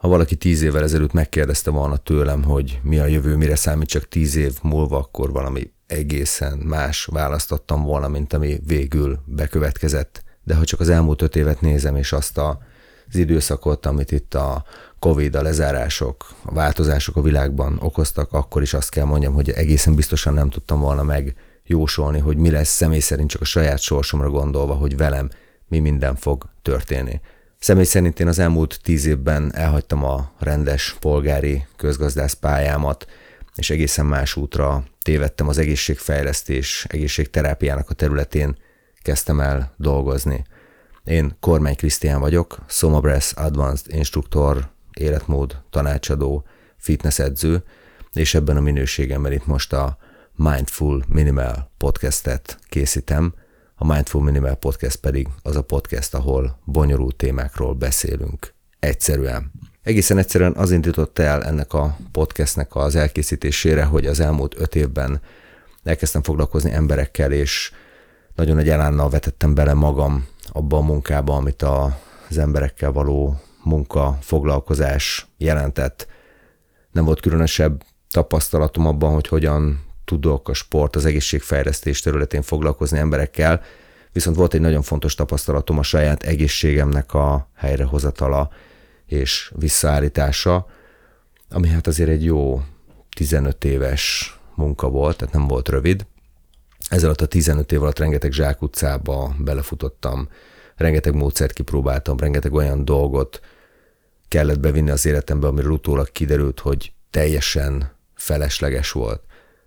Ha valaki 10 évvel ezelőtt megkérdezte volna tőlem, hogy mi a jövő, mire számít csak 10 év múlva, akkor valami egészen más választottam volna, mint ami végül bekövetkezett. De ha csak az elmúlt 5 évet nézem, és azt az időszakot, amit itt a Covid, a lezárások, a változások a világban okoztak, akkor is azt kell mondjam, hogy egészen biztosan nem tudtam volna megjósolni, hogy mi lesz személy szerint csak a saját sorsomra gondolva, hogy velem mi minden fog történni. Személy szerint én az elmúlt 10 évben elhagytam a rendes polgári közgazdász pályámat, és egészen más útra tévedtem, az egészségfejlesztés, egészségterápiának a területén kezdtem el dolgozni. Én Kormány Krisztián vagyok, SomaBreath Advanced Instruktor, életmód tanácsadó, fitness edző, és ebben a minőségemben itt most a Mindful Minimal podcastet készítem. A Mindful Minimal podcast pedig az a podcast, ahol bonyolult témákról beszélünk egyszerűen. Egészen egyszerűen az indított el ennek a podcastnek az elkészítésére, hogy az elmúlt 5 évben elkezdtem foglalkozni emberekkel, és nagyon nagy elánnal vetettem bele magam abba a munkába, amit az emberekkel való munka, foglalkozás jelentett. Nem volt különösebb tapasztalatom abban, hogy hogyan tudok a sport, az egészségfejlesztés területén foglalkozni emberekkel, viszont volt egy nagyon fontos tapasztalatom, a saját egészségemnek a helyrehozatala és visszaállítása, ami hát azért egy jó 15 éves munka volt, tehát nem volt rövid. Ez alatt a 15 év alatt rengeteg zsákutcába belefutottam, rengeteg módszert kipróbáltam, rengeteg olyan dolgot kellett bevinni az életembe, amiről utólag kiderült, hogy teljesen felesleges volt.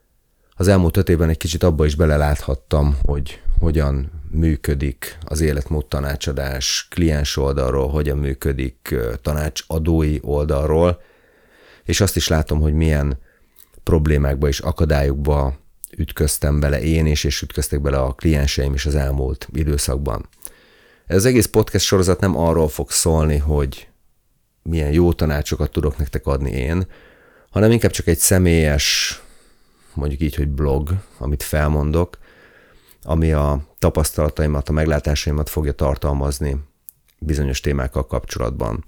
Az elmúlt 5 évben egy kicsit abba is beleláthattam, hogy hogyan működik az életmód tanácsadás kliens oldalról, hogyan működik tanácsadói oldalról, és azt is látom, hogy milyen problémákba és akadályokba ütköztem bele én is, és ütköztek bele a klienseim is az elmúlt időszakban. Ez az egész podcast sorozat nem arról fog szólni, hogy milyen jó tanácsokat tudok nektek adni én, hanem inkább csak egy személyes, mondjuk így, hogy blog, amit felmondok, ami a tapasztalataimat, a meglátásaimat fogja tartalmazni bizonyos témákkal kapcsolatban.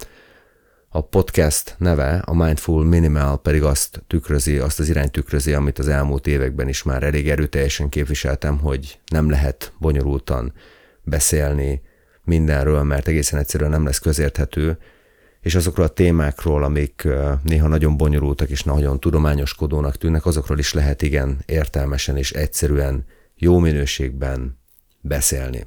A podcast neve, a Mindful Minimal pedig azt az irányt tükrözi, amit az elmúlt években is már elég erőteljesen képviseltem, hogy nem lehet bonyolultan beszélni mindenről, mert egészen egyszerűen nem lesz közérthető, és azokról a témákról, amik néha nagyon bonyolultak és nagyon tudományoskodónak tűnnek, azokról is lehet igen értelmesen és egyszerűen jó minőségben beszélni.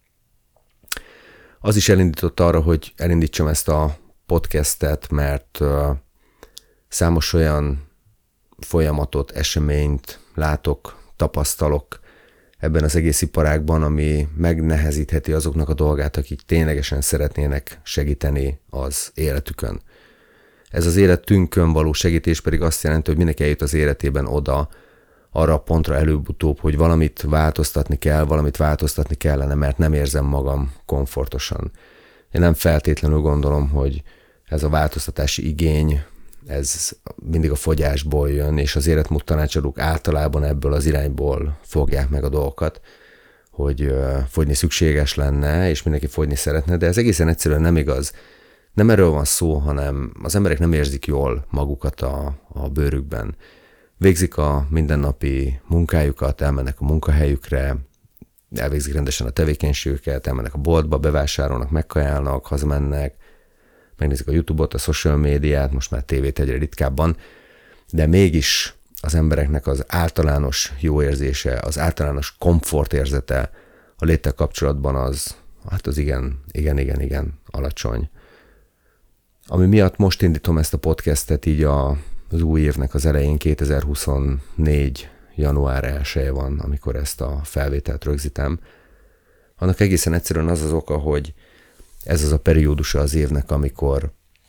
Az is elindított arra, hogy elindítsam ezt a podcastet, mert számos olyan folyamatot, eseményt látok, tapasztalok ebben az egész iparágban, ami megnehezítheti azoknak a dolgát, akik ténylegesen szeretnének segíteni az életükön. Ez az életünkön való segítés pedig azt jelenti, hogy mindenki eljut az életében oda, arra a pontra előbb-utóbb, hogy valamit változtatni kellene, mert nem érzem magam komfortosan. Én nem feltétlenül gondolom, hogy ez a változtatási igény, ez mindig a fogyásból jön, és az életmód tanácsadók általában ebből az irányból fogják meg a dolgokat, hogy fogyni szükséges lenne, és mindenki fogyni szeretne, de ez egészen egyszerűen nem igaz. Nem erről van szó, hanem az emberek nem érzik jól magukat a bőrükben. Végzik a mindennapi munkájukat, elmennek a munkahelyükre, elvégzik rendesen a tevékenységüket, elmennek a boltba, bevásárolnak, megkajálnak, hazamennek, megnézik a YouTube-ot, a social médiát, most már tévét egyre ritkábban, de mégis az embereknek az általános jó érzése, az általános komfortérzete a léttel kapcsolatban az igen alacsony. Ami miatt most indítom ezt a podcastet így az új évnek az elején, 2024. január 1-e van, amikor ezt a felvételt rögzítem. Annak egészen egyszerűen az az oka, hogy ez az a periódusa az évnek, amikor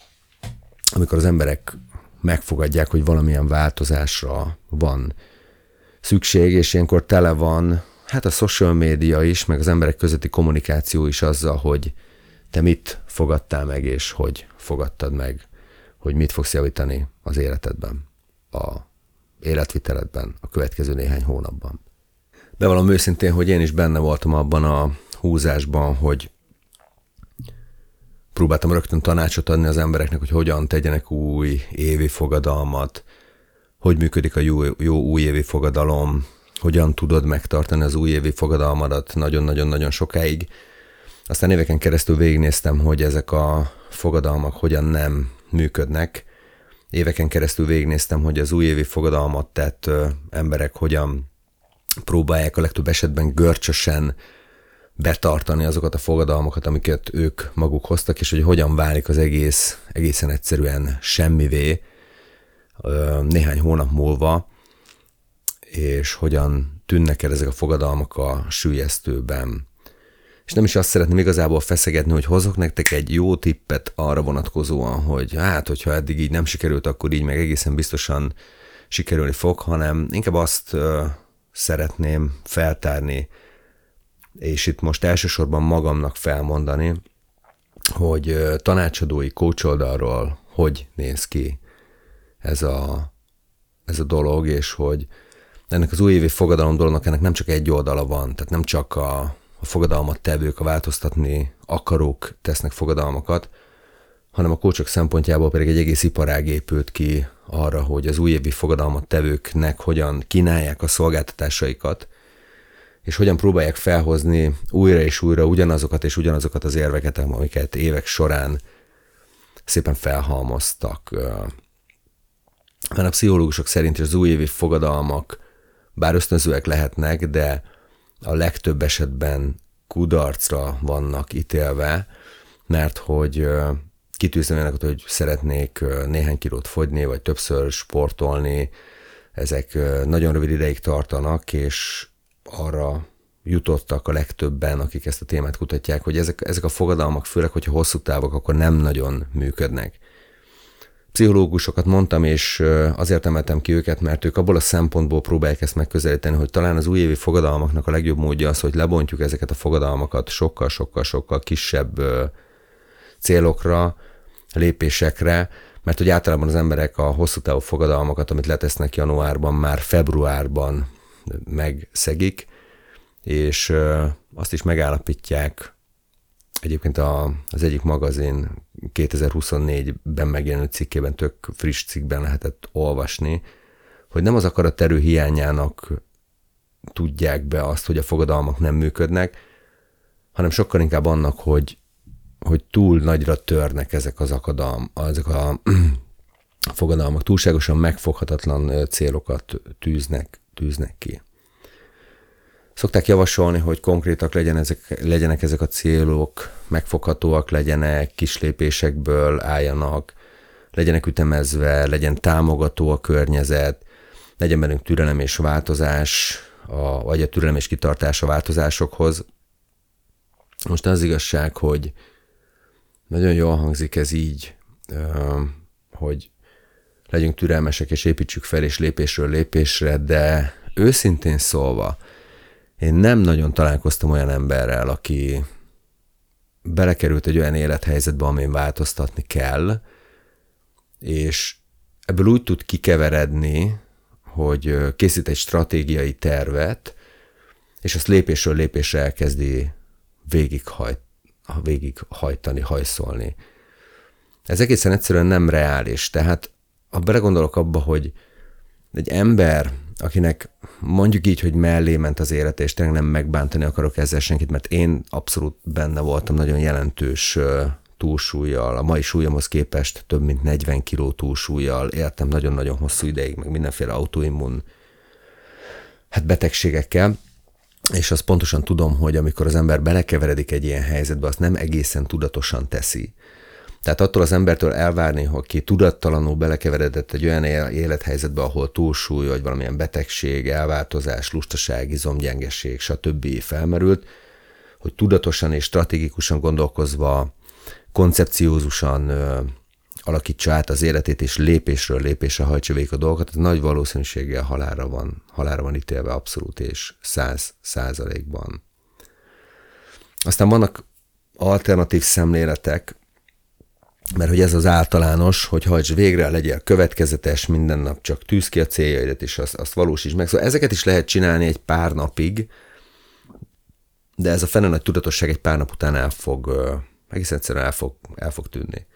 az emberek megfogadják, hogy valamilyen változásra van szükség, és ilyenkor tele van, hát a social média is, meg az emberek közötti kommunikáció is azzal, hogy te mit fogadtál meg, és hogy fogadtad meg, hogy mit fogsz javítani az életedben, a életviteledben, a következő néhány hónapban. Bevallom őszintén, hogy én is benne voltam abban a húzásban, hogy próbáltam rögtön tanácsot adni az embereknek, hogy hogyan tegyenek új évi fogadalmat, hogy működik a jó újévi fogadalom, hogyan tudod megtartani az újévi fogadalmadat nagyon-nagyon-nagyon sokáig. Aztán éveken keresztül végignéztem, hogy ezek a fogadalmak hogyan nem működnek. Éveken keresztül végignéztem, hogy az újévi fogadalmat tett emberek hogyan próbálják a legtöbb esetben görcsösen betartani azokat a fogadalmakat, amiket ők maguk hoztak, és hogy hogyan válik az egészen egyszerűen semmivé néhány hónap múlva, és hogyan tűnnek el ezek a fogadalmak a süllyesztőben. És nem is azt szeretném igazából feszegetni, hogy hozok nektek egy jó tippet arra vonatkozóan, hogy hát, hogyha eddig így nem sikerült, akkor így meg egészen biztosan sikerülni fog, hanem inkább azt szeretném feltárni, és itt most elsősorban magamnak felmondani, hogy tanácsadói coach oldalról hogy néz ki ez a dolog, és hogy ennek az újévi fogadalom dolognak ennek nem csak egy oldala van, tehát nem csak a fogadalmat tevők, a változtatni akarók tesznek fogadalmakat, hanem a coachok szempontjából pedig egy egész iparág épült ki arra, hogy az újévi fogadalmat tevőknek hogyan kínálják a szolgáltatásaikat, és hogyan próbálják felhozni újra és újra ugyanazokat az érveket, amiket évek során szépen felhalmoztak. Mert a pszichológusok szerint az újévi fogadalmak bár ösztönzőek lehetnek, de a legtöbb esetben kudarcra vannak ítélve, mert hogy kitűzem ilyeneket, hogy szeretnék néhány kilót fogyni, vagy többször sportolni, ezek nagyon rövid ideig tartanak, és arra jutottak a legtöbben, akik ezt a témát kutatják, hogy ezek a fogadalmak, főleg, hogyha hosszú távok, akkor nem nagyon működnek. Pszichológusokat mondtam, és azért emeltem ki őket, mert ők abból a szempontból próbálják ezt megközelíteni, hogy talán az újévi fogadalmaknak a legjobb módja az, hogy lebontjuk ezeket a fogadalmakat sokkal kisebb célokra, lépésekre, mert hogy általában az emberek a hosszú távú fogadalmakat, amit letesznek januárban, már februárban megszegik, és azt is megállapítják, egyébként az egyik magazin 2024-ben megjelenő cikkében, tök friss cikkben lehetett olvasni, hogy nem az akaraterő hiányának tudják be azt, hogy a fogadalmak nem működnek, hanem sokkal inkább annak, hogy túl nagyra törnek ezek a fogadalmak, túlságosan megfoghatatlan célokat tűznek ki. Szokták javasolni, hogy konkrétak legyenek ezek a célok, megfoghatóak legyenek, kis lépésekből álljanak, legyenek ütemezve, legyen támogató a környezet, legyen bennünk türelem és változás, vagy a türelem és kitartás a változásokhoz. Most az igazság, hogy nagyon jól hangzik ez így, hogy legyünk türelmesek és építsük fel és lépésről lépésre, de őszintén szólva, én nem nagyon találkoztam olyan emberrel, aki belekerült egy olyan élethelyzetbe, amin változtatni kell, és ebből úgy tud kikeveredni, hogy készít egy stratégiai tervet, és azt lépésről lépésre elkezdi végighajtani, hajszolni. Ez egészen egyszerűen nem reális. Tehát ha belegondolok abba, hogy egy ember, akinek mondjuk így, hogy mellé ment az élete, és tényleg nem megbántani akarok ezzel senkit, mert én abszolút benne voltam nagyon jelentős túlsúllyal, a mai súlyomhoz képest több mint 40 kiló túlsúllyal éltem nagyon-nagyon hosszú ideig, meg mindenféle autoimmun betegségekkel, és azt pontosan tudom, hogy amikor az ember belekeveredik egy ilyen helyzetbe, azt nem egészen tudatosan teszi. Tehát attól az embertől elvárni, hogy tudattalanul belekeveredett egy olyan élethelyzetbe, ahol túlsúly, vagy valamilyen betegség, elváltozás, lustaság, izomgyengeség, stb. Felmerült, hogy tudatosan és stratégikusan gondolkozva, koncepciózusan alakítsa át az életét, és lépésről lépésre hajtsa végig a dolgokat, az nagy valószínűséggel halálra van ítélve abszolút, és 100%-ban. Aztán vannak alternatív szemléletek, mert hogy ez az általános, hogy hajtsd végre, legyél következetes, minden nap csak tűz ki a céljaidat, és azt valósítsd meg. Szóval ezeket is lehet csinálni egy pár napig, de ez a fene nagy tudatosság egy pár nap után el fog Egész egyszerűen el fog tűnni.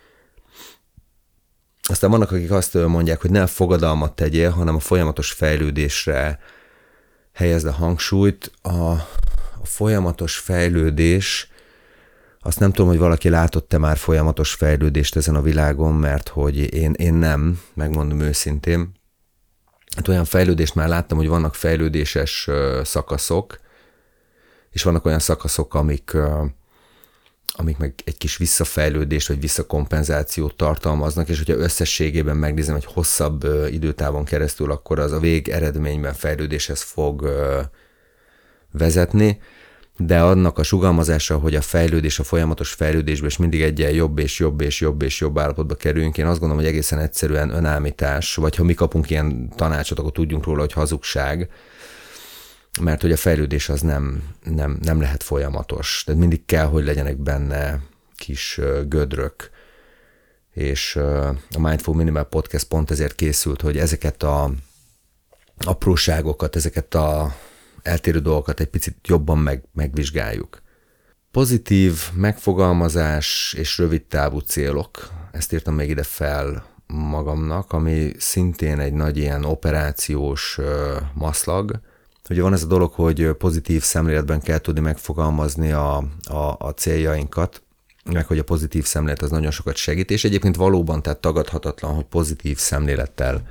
Aztán vannak, akik azt mondják, hogy ne a fogadalmat tegyél, hanem a folyamatos fejlődésre helyezd a hangsúlyt. A folyamatos fejlődés, azt nem tudom, hogy valaki látott-e már folyamatos fejlődést ezen a világon, mert hogy én nem, megmondom őszintén. Hát olyan fejlődést már láttam, hogy vannak fejlődéses szakaszok, és vannak olyan szakaszok, amik meg egy kis visszafejlődést vagy visszakompenzációt tartalmaznak, és hogyha összességében megnézem egy hosszabb időtávon keresztül, akkor az a végeredményben fejlődéshez fog vezetni, de annak a sugalmazása, hogy a fejlődés, a folyamatos fejlődésben is mindig egyen jobb és jobb és jobb és jobb állapotba kerüljünk, én azt gondolom, hogy egészen egyszerűen önállítás, vagy ha mi kapunk ilyen tanácsot, akkor tudjunk róla, hogy hazugság, mert hogy a fejlődés az nem lehet folyamatos. Tehát mindig kell, hogy legyenek benne kis gödrök. És a Mindful Minimal Podcast pont ezért készült, hogy ezeket a apróságokat, ezeket a eltérő dolgokat egy picit jobban megvizsgáljuk. Pozitív megfogalmazás és rövidtávú célok. Ezt írtam még ide fel magamnak, ami szintén egy nagy ilyen operációs maszlag. Ugye van ez a dolog, hogy pozitív szemléletben kell tudni megfogalmazni a céljainkat, meg hogy a pozitív szemlélet az nagyon sokat segít, és egyébként valóban, tehát tagadhatatlan, hogy pozitív szemlélettel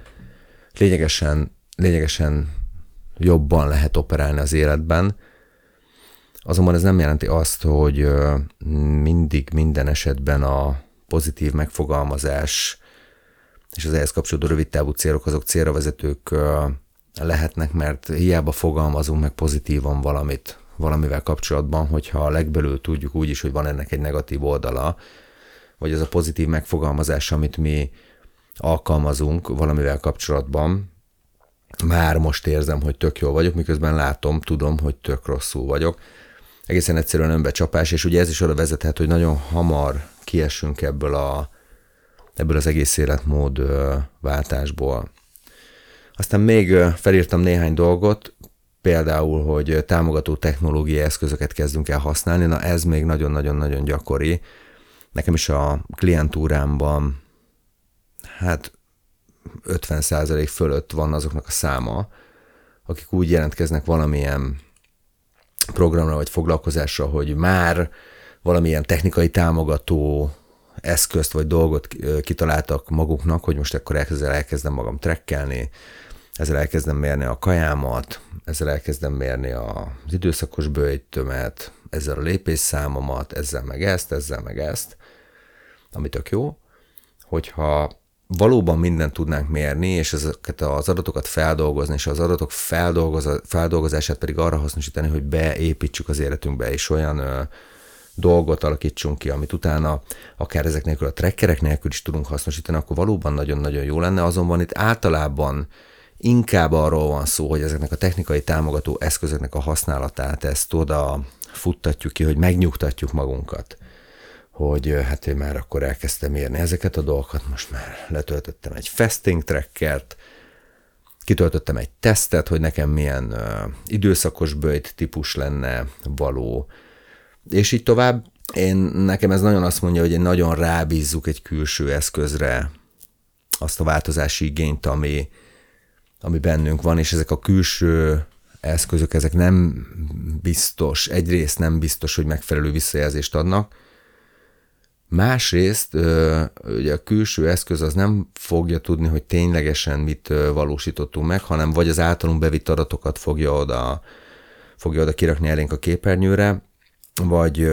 lényegesen jobban lehet operálni az életben. Azonban ez nem jelenti azt, hogy mindig minden esetben a pozitív megfogalmazás és az ehhez kapcsolódó rövidtávú célok azok célra vezetők lehetnek, mert hiába fogalmazunk meg pozitívan valamivel kapcsolatban, hogyha a legbelül tudjuk úgy is, hogy van ennek egy negatív oldala, vagy az a pozitív megfogalmazás, amit mi alkalmazunk valamivel kapcsolatban, már most érzem, hogy tök jól vagyok, miközben tudom, hogy tök rosszul vagyok. Egészen egyszerűen önbecsapás, és ugye ez is oda vezethet, hogy nagyon hamar kiesünk ebből az egész életmód váltásból. Aztán még felírtam néhány dolgot, például, hogy támogató technológiai eszközöket kezdünk el használni, na ez még nagyon-nagyon-nagyon gyakori. Nekem is a klientúrámban 50% fölött van azoknak a száma, akik úgy jelentkeznek valamilyen programra vagy foglalkozásra, hogy már valamilyen technikai támogató eszközt vagy dolgot kitaláltak maguknak, hogy most akkor ezzel elkezdem magam trekkelni, ezzel elkezdem mérni a kajámat, ezzel elkezdem mérni az időszakos bőjtömet, ezzel a lépésszámomat, ezzel meg ezt, ami tök jó, hogyha valóban mindent tudnánk mérni, és ezeket az adatokat feldolgozni, és az adatok feldolgozását pedig arra hasznosítani, hogy beépítsük az életünkbe, és olyan dolgot alakítsunk ki, amit utána akár ezek nélkül a trackerek nélkül is tudunk hasznosítani, akkor valóban nagyon-nagyon jó lenne, azonban itt általában inkább arról van szó, hogy ezeknek a technikai támogató eszközöknek a használatát, ezt oda futtatjuk ki, hogy megnyugtatjuk magunkat, hogy én már akkor elkezdtem érni ezeket a dolgokat, most már letöltöttem egy fasting trackert, kitöltöttem egy tesztet, hogy nekem milyen időszakos böjt típus lenne való, és így tovább. Nekem ez nagyon azt mondja, hogy én nagyon rábízzuk egy külső eszközre azt a változási igényt, ami bennünk van, és ezek a külső eszközök, ezek nem biztos, egyrészt nem biztos, hogy megfelelő visszajelzést adnak, másrészt ugye a külső eszköz az nem fogja tudni, hogy ténylegesen mit valósítottunk meg, hanem vagy az általunk bevitt adatokat fogja oda kirakni elénk a képernyőre, vagy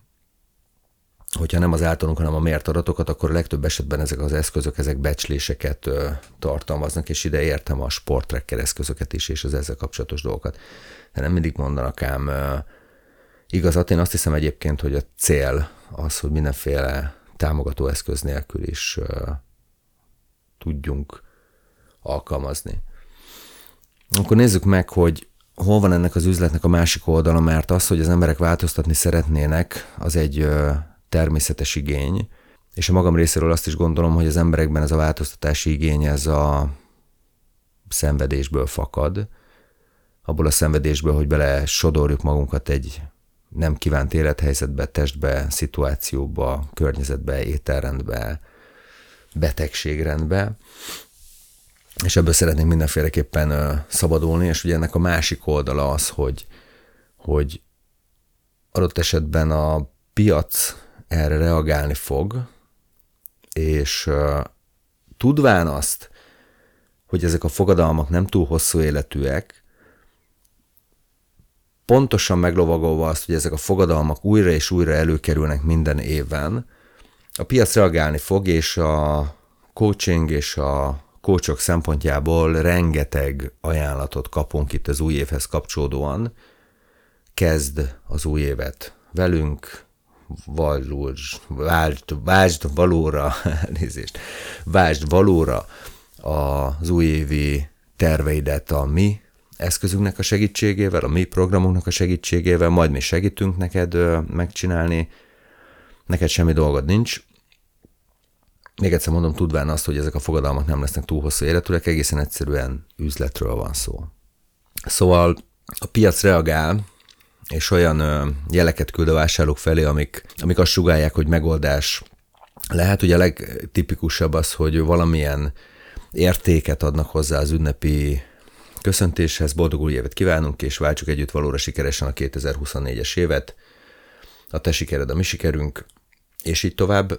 hogyha nem az általunk, hanem a mért adatokat, akkor a legtöbb esetben ezek az eszközök, ezek becsléseket tartalmaznak, és ide értem a sporttracker eszközöket is, és az ezzel kapcsolatos dolgokat. De nem mindig mondanak ám igazat. Én azt hiszem egyébként, hogy a cél az, hogy mindenféle támogató eszköz nélkül is tudjunk alkalmazni. Akkor nézzük meg, hogy hol van ennek az üzletnek a másik oldala, mert az, hogy az emberek változtatni szeretnének, az egy természetes igény, és a magam részéről azt is gondolom, hogy az emberekben ez a változtatási igény, ez a szenvedésből fakad, abból a szenvedésből, hogy bele sodorjuk magunkat egy nem kívánt élethelyzetbe, testbe, szituációba, környezetbe, ételrendbe, betegségrendbe, és ebből szeretnénk mindenféleképpen szabadulni, és ugye ennek a másik oldala az, hogy adott esetben a piac erre reagálni fog, és tudván azt, hogy ezek a fogadalmak nem túl hosszú életűek, pontosan meglovagolva azt, hogy ezek a fogadalmak újra és újra előkerülnek minden évben, a piac reagálni fog, és a coaching és a coachok szempontjából rengeteg ajánlatot kapunk itt az új évhez kapcsolódóan. Kezd az új évet velünk, vásd valóra az újévi terveidet a mi eszközünknek a segítségével, a mi programunknak a segítségével, majd mi segítünk neked megcsinálni. Neked semmi dolgod nincs. Még egyszer mondom, tudván azt, hogy ezek a fogadalmak nem lesznek túl hosszú életűek, egészen egyszerűen üzletről van szó. Szóval a piac reagál, és olyan jeleket küld a vásárlók felé, amik azt sugálják, hogy megoldás lehet. Ugye a legtipikusabb az, hogy valamilyen értéket adnak hozzá az ünnepi köszöntéshez, boldog új évet kívánunk, és váltsuk együtt valóra sikeresen a 2024-es évet, a te sikered, a mi sikerünk, és így tovább.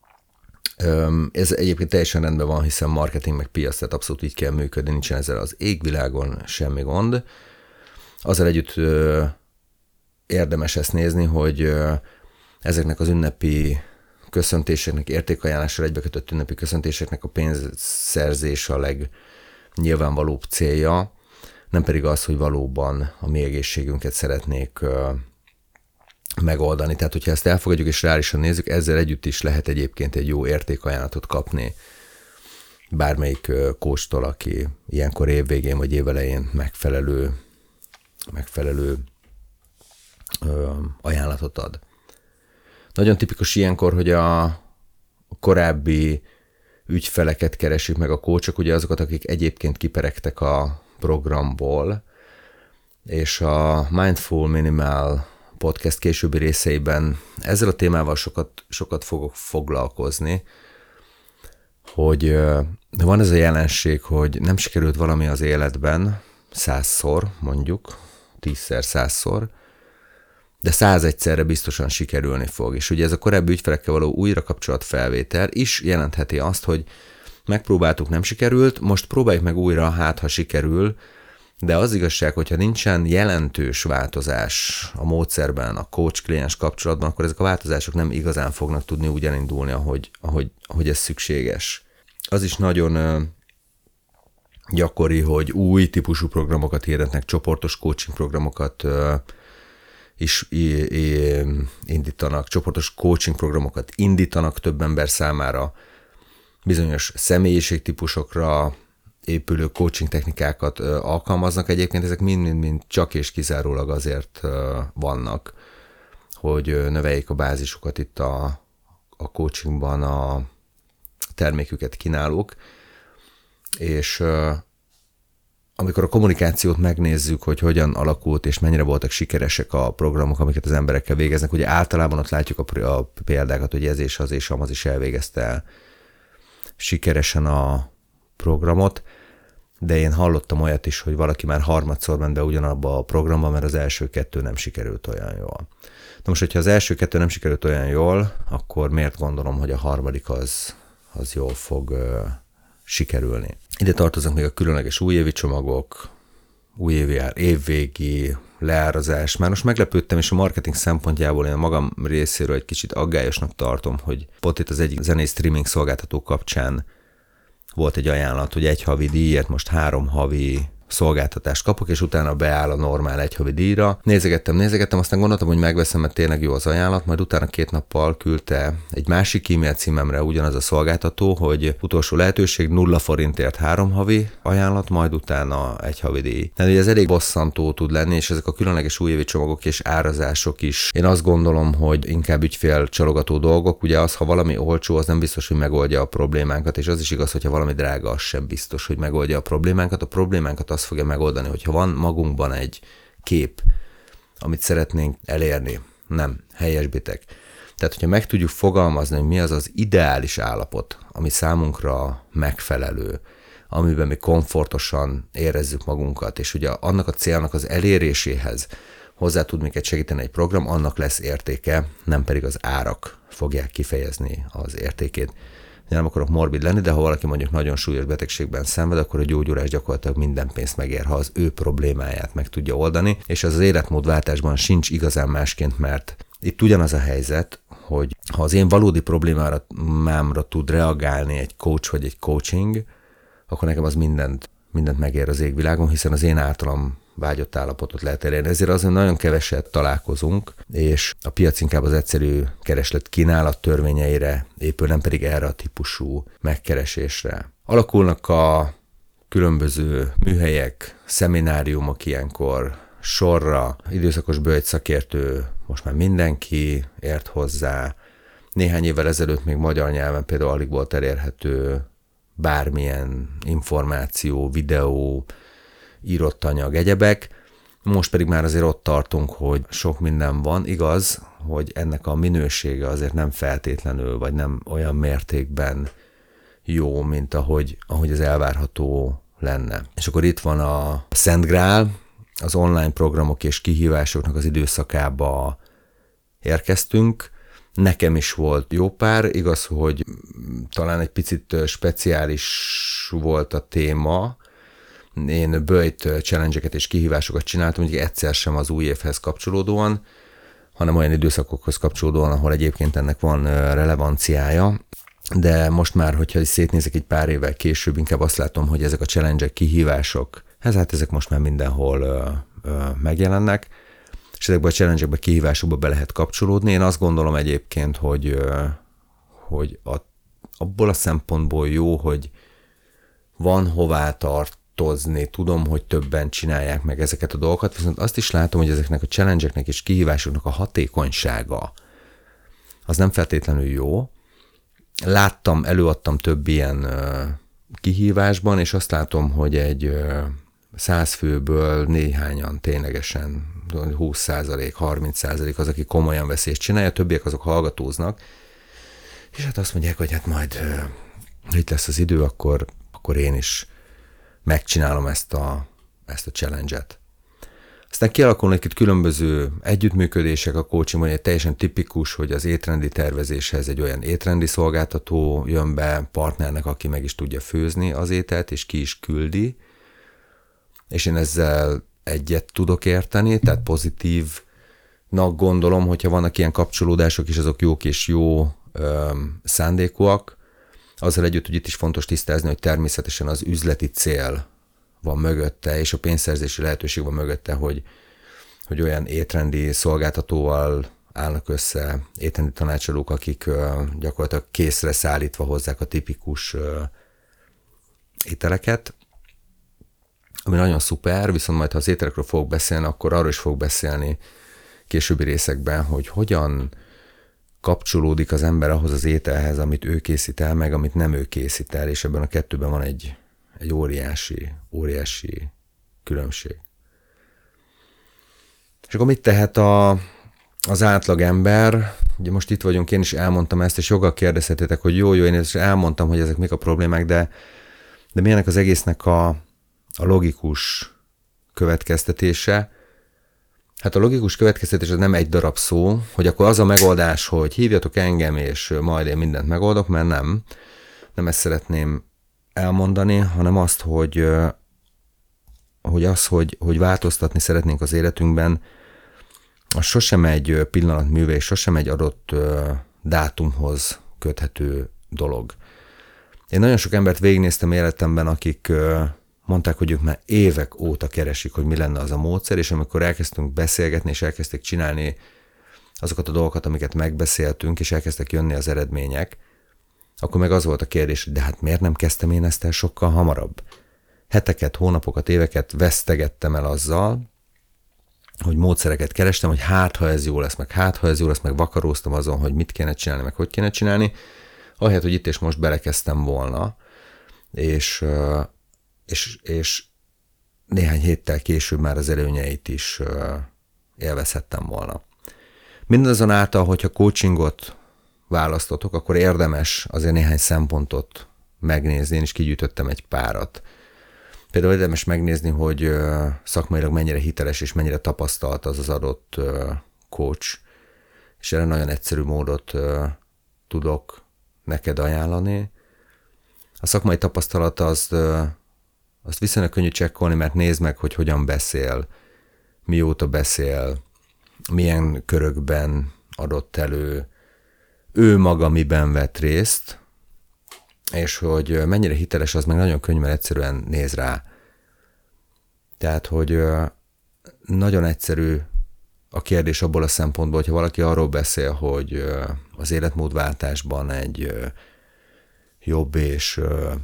Ez egyébként teljesen rendben van, hiszen marketing meg piac, tehát abszolút így kell működni, nincsen ezzel az égvilágon semmi gond. Azzal együtt érdemes ezt nézni, hogy ezeknek az ünnepi köszöntéseknek, értékajánlással egybekötött ünnepi köszöntéseknek a pénzszerzés a legnyilvánvalóbb célja, nem pedig az, hogy valóban a mi egészségünket szeretnék megoldani. Tehát, hogyha ezt elfogadjuk és reálisan nézzük, ezzel együtt is lehet egyébként egy jó értékajánlatot kapni bármelyik coachtól, aki ilyenkor évvégén vagy évelején megfelelő ajánlatot ad. Nagyon tipikus ilyenkor, hogy a korábbi ügyfeleket keresik meg a coachok, ugye azokat, akik egyébként kiperegtek a programból, és a Mindful Minimal podcast későbbi részeiben ezzel a témával sokat fogok foglalkozni, hogy van ez a jelenség, hogy nem sikerült valami az életben 100-szor, mondjuk, 10-szer, 100-szor, de 101-szerre biztosan sikerülni fog. És ugye ez a korábbi ügyfelekkel való újra kapcsolatfelvétel is jelentheti azt, hogy megpróbáltuk, nem sikerült, most próbáljuk meg újra, hát ha sikerül, de az igazság, hogyha nincsen jelentős változás a módszerben, a coach-kliens kapcsolatban, akkor ezek a változások nem igazán fognak tudni úgy elindulni, ahogy ez szükséges. Az is nagyon gyakori, hogy új típusú programokat hirdetnek, csoportos coaching programokat is indítanak, csoportos coaching programokat indítanak több ember számára, bizonyos személyiségtípusokra épülő coaching technikákat alkalmaznak. Egyébként ezek mind csak és kizárólag azért vannak, hogy növeljék a bázisukat itt a coachingban a terméküket kínálók, és amikor a kommunikációt megnézzük, hogy hogyan alakult és mennyire voltak sikeresek a programok, amiket az emberekkel végeznek, ugye általában ott látjuk a példákat, hogy ez és az és amaz is elvégezte sikeresen a programot, de én hallottam olyat is, hogy valaki már harmadszor ment be ugyanabba a programba, mert az első 2 nem sikerült olyan jól. Na most, hogyha az első 2 nem sikerült olyan jól, akkor miért gondolom, hogy a harmadik az jól fog sikerülni. Ide tartoznak még a különleges újévi csomagok, újévi évvégi leárazás. Már most meglepődtem, és a marketing szempontjából én magam részéről egy kicsit aggályosnak tartom, hogy pont itt az egyik zenei streaming szolgáltató kapcsán volt egy ajánlat, hogy 1 havi díjért most 3 havi szolgáltatást kapok, és utána beáll a normál 1 havi díjra. Nézegettem, aztán gondoltam, hogy megveszem, mert tényleg jó az ajánlat, majd utána 2 nappal küldte egy másik e-mail címemre ugyanaz a szolgáltató, hogy utolsó lehetőség 0 forintért 3 havi ajánlat, majd utána 1 havi díj. Tehát ez elég bosszantó tud lenni, és ezek a különleges újévi csomagok és árazások is. Én azt gondolom, hogy inkább ügyfélcsalogató dolgok, ugye az, ha valami olcsó, az nem biztos, hogy megoldja a problémánkat, és az is igaz, hogyha valami drága, az sem biztos, hogy megoldja a problémánkat. A problémánkat az fogja megoldani, hogyha van magunkban egy kép, amit szeretnénk elérni, Nem, helyesbitek. Tehát, hogyha meg tudjuk fogalmazni, hogy mi az az ideális állapot, ami számunkra megfelelő, amiben mi komfortosan érezzük magunkat, és ugye annak a célnak az eléréséhez hozzá tud minket segíteni egy program, annak lesz értéke, nem pedig az árak fogják kifejezni az értékét. Nem akarok morbid lenni, de ha valaki mondjuk nagyon súlyos betegségben szenved, akkor a gyógyulás gyakorlatilag minden pénzt megér, ha az ő problémáját meg tudja oldani, és az életmódváltásban sincs igazán másként, mert itt ugyanaz a helyzet, hogy ha az én valódi problémámra tud reagálni egy coach vagy egy coaching, akkor nekem az mindent megér az égvilágon, hiszen az én általam vágyott állapotot lehet elérni. Ezért azért nagyon keveset találkozunk, és a piac inkább az egyszerű kereslet kínálat törvényeire épül, nem pedig erre a típusú megkeresésre. Alakulnak a különböző műhelyek, szemináriumok ilyenkor sorra, időszakos bölcsszakértő, most már mindenki ért hozzá. Néhány évvel ezelőtt még magyar nyelven például alig volt elérhető bármilyen információ, videó, írott anyag, egyebek. Most pedig már azért ott tartunk, hogy sok minden van. Igaz, hogy ennek a minősége azért nem feltétlenül, vagy nem olyan mértékben jó, mint ahogy az elvárható lenne. És akkor itt van a Szent Grál, az online programok és kihívásoknak az időszakába érkeztünk. Nekem is volt jó pár, igaz, hogy talán egy picit speciális volt a téma. Én böjt challenge-eket és kihívásokat csináltam, hogy egyszer sem az új évhez kapcsolódóan, hanem olyan időszakokhoz kapcsolódóan, ahol egyébként ennek van relevanciája. De most már, hogyha szétnézek egy pár évvel később, inkább azt látom, hogy ezek a challenge-ek, kihívások, hát ezek most már mindenhol megjelennek, és ezekben a challenge-ekben, kihívásokba be lehet kapcsolódni. Én azt gondolom egyébként, hogy abból a szempontból jó, hogy van hová tartozni, tudom, hogy többen csinálják meg ezeket a dolgokat, viszont azt is látom, hogy ezeknek a challenge-eknek és kihívásoknak a hatékonysága az nem feltétlenül jó. előadtam több ilyen kihívásban, és azt látom, hogy egy 100 főből néhányan ténylegesen 20%, 30% az, aki komolyan veszi és csinálja, többiek azok hallgatóznak, és hát azt mondják, hogy hát majd itt lesz az idő, akkor én is megcsinálom ezt a challenge-et. Aztán kialakulnak itt különböző együttműködések a coachingban, egy teljesen tipikus, hogy az étrendi tervezéshez egy olyan étrendi szolgáltató jön be partnernek, aki meg is tudja főzni az ételt, és ki is küldi, és én ezzel egyet tudok érteni, tehát pozitívnak gondolom, hogyha vannak ilyen kapcsolódások, és azok jók és jó szándékúak, azzal együtt, hogy itt is fontos tisztázni, hogy természetesen az üzleti cél van mögötte, és a pénzszerzési lehetőség van mögötte, hogy olyan étrendi szolgáltatóval állnak össze étrendi tanácsadók, akik gyakorlatilag készre szállítva hozzák a tipikus ételeket, ami nagyon szuper, viszont majd ha az ételekről fogok beszélni, akkor arról is fogok beszélni későbbi részekben, hogy hogyan kapcsolódik az ember ahhoz az ételhez, amit ő készít el, meg amit nem ő készít el, és ebben a kettőben van egy óriási különbség. És akkor mit tehet az átlag ember? Ugye most itt vagyunk, én is elmondtam ezt, és joggal kérdezhetétek, hogy jó, én is elmondtam, hogy ezek mik a problémák, de milyenek az egésznek a logikus következtetése? Hát a logikus következtetés az nem egy darab szó, hogy akkor az a megoldás, hogy hívjatok engem, és majd én mindent megoldok, mert nem ezt szeretném elmondani, hanem azt, hogy változtatni szeretnénk az életünkben, az sosem egy pillanatműve, és sosem egy adott dátumhoz köthető dolog. Én nagyon sok embert végignéztem életemben, akik mondták, hogy ők már évek óta keresik, hogy mi lenne az a módszer, és amikor elkezdtünk beszélgetni, és elkezdték csinálni azokat a dolgokat, amiket megbeszéltünk, és elkezdtek jönni az eredmények, akkor meg az volt a kérdés, hogy de hát miért nem kezdtem én ezt el sokkal hamarabb? Heteket, hónapokat, éveket vesztegettem el azzal, hogy módszereket kerestem, hogy hát ha ez jó lesz, meg vakaróztam azon, hogy mit kéne csinálni, meg hogy kéne csinálni, ahelyett, hogy itt és most belekezdtem volna, és néhány héttel később már az előnyeit is élvezhettem volna. Mindazonáltal, hogyha coachingot választotok, akkor érdemes azért néhány szempontot megnézni. Én is kigyűjtöttem egy párat. Például érdemes megnézni, hogy szakmailag mennyire hiteles és mennyire tapasztalt az adott coach, és erre nagyon egyszerű módot tudok neked ajánlani. A szakmai tapasztalat azt viszonylag könnyű csekkolni, mert nézd meg, hogy hogyan beszél, mióta beszél, milyen körökben adott elő, ő maga miben vett részt, és hogy mennyire hiteles, az meg nagyon könnyű, mert egyszerűen néz rá. Tehát, hogy nagyon egyszerű a kérdés abból a szempontból, hogyha valaki arról beszél, hogy az életmódváltásban egy jobb és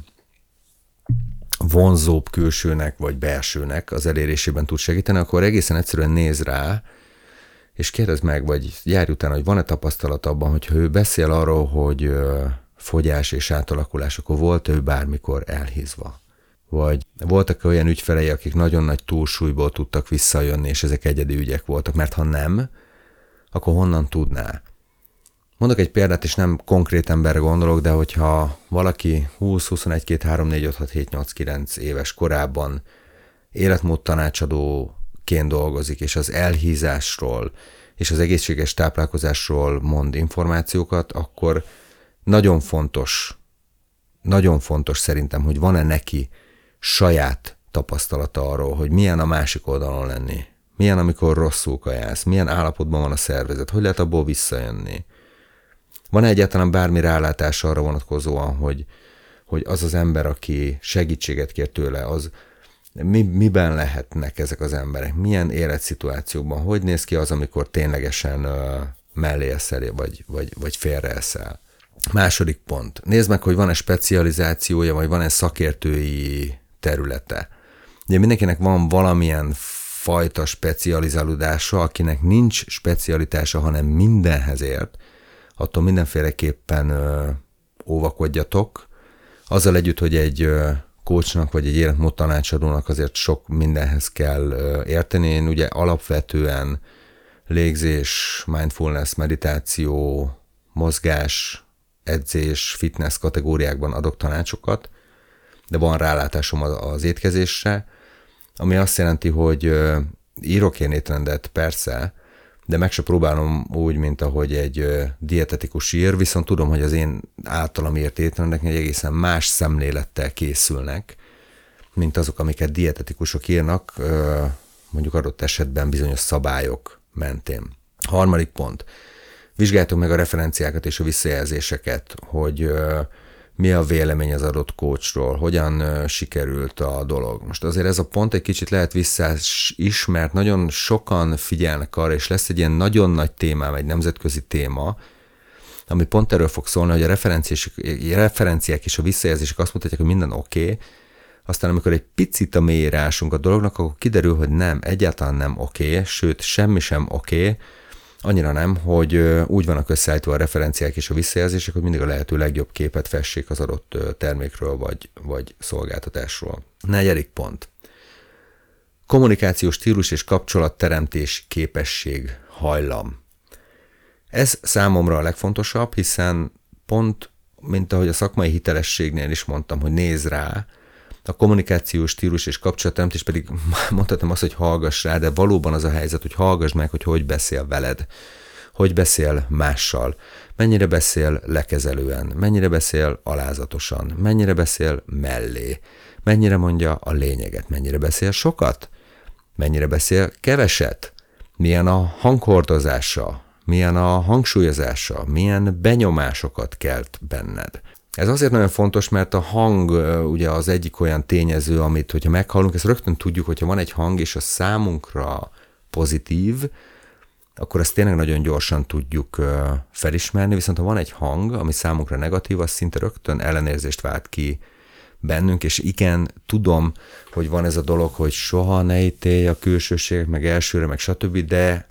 vonzóbb külsőnek vagy belsőnek az elérésében tud segíteni, akkor egészen egyszerűen néz rá, és kérdezd meg, vagy járj utána, hogy van-e tapasztalat abban, hogyha ő beszél arról, hogy fogyás és átalakulás, akkor volt ő bármikor elhízva. Vagy voltak olyan ügyfelei, akik nagyon nagy túlsúlyból tudtak visszajönni, és ezek egyedi ügyek voltak, mert ha nem, akkor honnan tudná? Mondok egy példát, és nem konkrét emberre gondolok, de hogyha valaki 20, 21, 2, 3, 4, 5, 6, 7, 8, 9 éves korában életmód tanácsadóként dolgozik, és az elhízásról és az egészséges táplálkozásról mond információkat, akkor nagyon fontos szerintem, hogy van-e neki saját tapasztalata arról, hogy milyen a másik oldalon lenni, milyen, amikor rosszul kajálsz, milyen állapotban van a szervezet, hogy lehet abból visszajönni. Van-e egyáltalán bármi rálátása arra vonatkozóan, hogy az az ember, aki segítséget kér tőle, az miben lehetnek ezek az emberek, milyen életszituációkban, hogy néz ki az, amikor ténylegesen mellé eszel, vagy félre eszel. Második pont. Nézd meg, hogy van-e specializációja, vagy van-e szakértői területe. Ugye mindenkinek van valamilyen fajta specializálódása, akinek nincs specialitása, hanem mindenhez ért, attól mindenféleképpen óvakodjatok. Azzal együtt, hogy egy coachnak vagy egy életmód tanácsadónak azért sok mindenhez kell érteni. Én ugye alapvetően légzés, mindfulness, meditáció, mozgás, edzés, fitness kategóriákban adok tanácsokat, de van rálátásom az étkezésre, ami azt jelenti, hogy írok én étrendet, persze, de meg se próbálom úgy, mint ahogy egy dietetikus ír, viszont tudom, hogy az én általam írt étrendek egy egészen más szemlélettel készülnek, mint azok, amiket dietetikusok írnak, mondjuk adott esetben bizonyos szabályok mentén. Harmadik pont. Vizsgáljátok meg a referenciákat és a visszajelzéseket, hogy mi a vélemény az adott coachról, hogyan sikerült a dolog. Most azért ez a pont egy kicsit lehet visszás is, mert nagyon sokan figyelnek arra, és lesz egy ilyen nagyon nagy témám, egy nemzetközi téma, ami pont erről fog szólni, hogy a referenciák és a visszajelzések azt mutatják, hogy minden oké, aztán amikor egy picit a mélyére ásunk a dolognak, akkor kiderül, hogy nem, egyáltalán nem oké, sőt, semmi sem oké, annyira nem, hogy úgy vannak összeállítva a referenciák és a visszajelzések, hogy mindig a lehető legjobb képet fessék az adott termékről vagy szolgáltatásról. Negyedik pont. Kommunikációs stílus és kapcsolatteremtés képesség, hajlam. Ez számomra a legfontosabb, hiszen pont, mint ahogy a szakmai hitelességnél is mondtam, hogy nézz rá, a kommunikációs stílus és kapcsolatteremtés pedig mondhatom azt, hogy hallgass rá, de valóban az a helyzet, hogy hallgass meg, hogy beszél veled, hogy beszél mással, mennyire beszél lekezelően, mennyire beszél alázatosan, mennyire beszél mellé, mennyire mondja a lényeget, mennyire beszél sokat, mennyire beszél keveset, milyen a hanghordozása, milyen a hangsúlyozása, milyen benyomásokat kelt benned. Ez azért nagyon fontos, mert a hang ugye az egyik olyan tényező, amit, hogyha meghallunk, ezt rögtön tudjuk, hogyha van egy hang, és a számunkra pozitív, akkor ezt tényleg nagyon gyorsan tudjuk felismerni, viszont ha van egy hang, ami számunkra negatív, az szinte rögtön ellenérzést vált ki bennünk, és igen, tudom, hogy van ez a dolog, hogy soha ne ítélj a külsőségek, meg elsőre, meg stb., de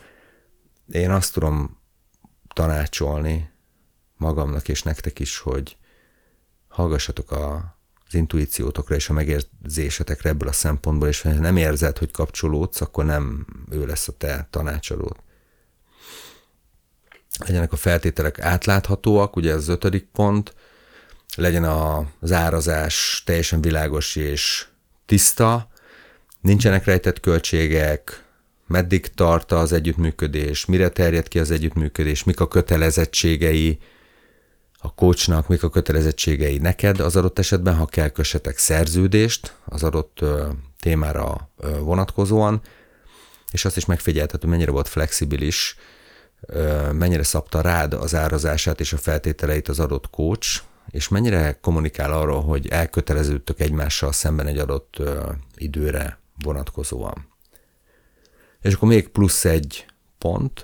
én azt tudom tanácsolni magamnak és nektek is, hogy hallgassatok az intuíciótokra és a megérzésetekre ebből a szempontból, és ha nem érzed, hogy kapcsolódsz, akkor nem ő lesz a te tanácsadód. legyenek a feltételek átláthatóak, ugye ez az 5. pont, legyen az árazás teljesen világos és tiszta, nincsenek rejtett költségek, meddig tart az együttműködés, mire terjed ki az együttműködés, mik a kötelezettségei a coachnak, mik a kötelezettségei neked az adott esetben, ha kell kössetek szerződést az adott témára vonatkozóan, és azt is megfigyelted, hogy mennyire volt flexibilis, mennyire szabta rád az árazását és a feltételeit az adott coach, és mennyire kommunikál arról, hogy elköteleződtök egymással szemben egy adott időre vonatkozóan. És akkor még plusz egy pont,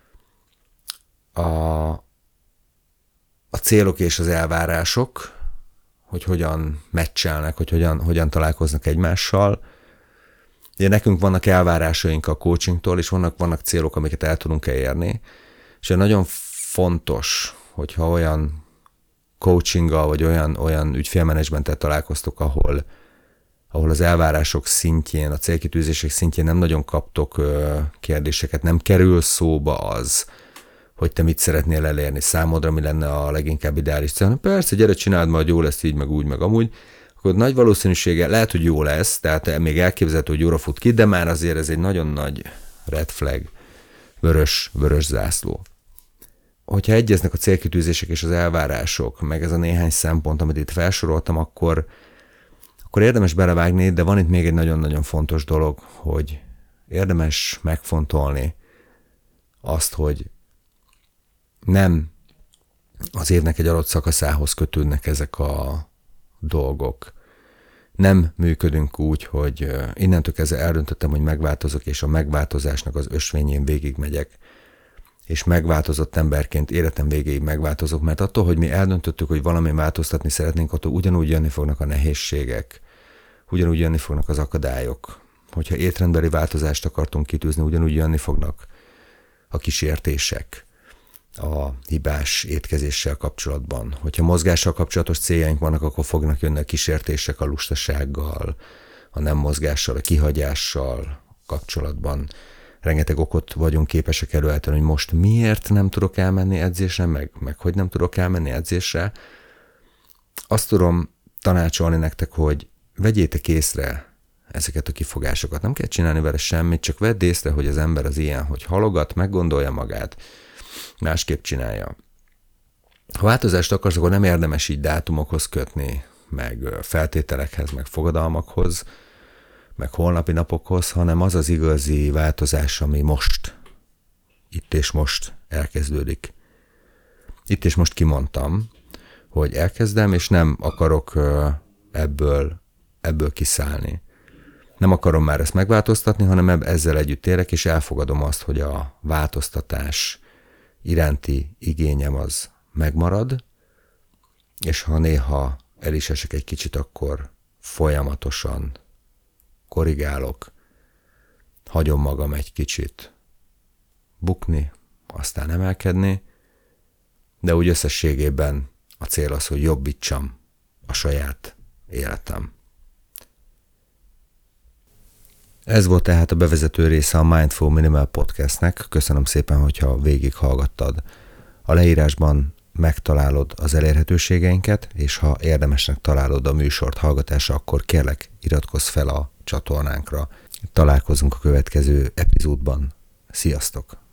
a célok és az elvárások, hogy hogyan meccselnek, hogy hogyan találkoznak egymással. Ugye nekünk vannak elvárásaink a coachingtól, és vannak célok, amiket el tudunk érni, és nagyon fontos, hogyha olyan coachinggal, vagy olyan ügyfélmenedzsmenttel találkoztok, ahol az elvárások szintjén, a célkitűzések szintjén nem nagyon kaptok kérdéseket, nem kerül szóba az, hogy te mit szeretnél elérni, számodra mi lenne a leginkább ideális cél. Persze, gyere, csináld, majd jó lesz így, meg úgy, meg amúgy. Akkor nagy valószínűséggel lehet, hogy jó lesz, tehát még elképzelhető, hogy jóra fut ki, de már azért ez egy nagyon nagy red flag, vörös zászló. Hogyha egyeznek a célkitűzések és az elvárások, meg ez a néhány szempont, amit itt felsoroltam, akkor érdemes belevágni, de van itt még egy nagyon-nagyon fontos dolog, hogy érdemes megfontolni azt, hogy nem az évnek egy adott szakaszához kötődnek ezek a dolgok. Nem működünk úgy, hogy innentől kezdve eldöntöttem, hogy megváltozok, és a megváltozásnak az ösvényén végigmegyek, és megváltozott emberként életem végéig megváltozok, mert attól, hogy mi eldöntöttük, hogy valami változtatni szeretnénk, attól ugyanúgy jönni fognak a nehézségek, ugyanúgy jönni fognak az akadályok. Hogyha étrendbeli változást akartunk kitűzni, ugyanúgy jönni fognak a kísértések a hibás étkezéssel kapcsolatban. Hogyha mozgással kapcsolatos céljaink vannak, akkor fognak jönni a kísértések a lustasággal, a nem mozgással, a kihagyással kapcsolatban. Rengeteg okot vagyunk képesek előállítani, hogy most miért nem tudok elmenni edzésre, meg hogy nem tudok elmenni edzésre. Azt tudom tanácsolni nektek, hogy vegyétek észre ezeket a kifogásokat. Nem kell csinálni vele semmit, csak vedd észre, hogy az ember az ilyen, hogy halogat, meggondolja magát, másképp csinálja. Ha változást akarsz, akkor nem érdemes így dátumokhoz kötni, meg feltételekhez, meg fogadalmakhoz, meg holnapi napokhoz, hanem az az igazi változás, ami most, itt és most elkezdődik. Itt és most kimondtam, hogy elkezdem, és nem akarok ebből kiszállni. Nem akarom már ezt megváltoztatni, hanem ezzel együtt élek, és elfogadom azt, hogy a változtatás iránti igényem az megmarad, és ha néha el is esek egy kicsit, akkor folyamatosan korrigálok, hagyom magam egy kicsit bukni, aztán emelkedni, de úgy összességében a cél az, hogy jobbítsam a saját életem. Ez volt tehát a bevezető része a Mindful Minimal Podcastnek. Köszönöm szépen, hogyha végighallgattad. A leírásban megtalálod az elérhetőségeinket, és ha érdemesnek találod a műsort hallgatása, akkor kérlek, iratkozz fel a csatornánkra. Találkozunk a következő epizódban. Sziasztok!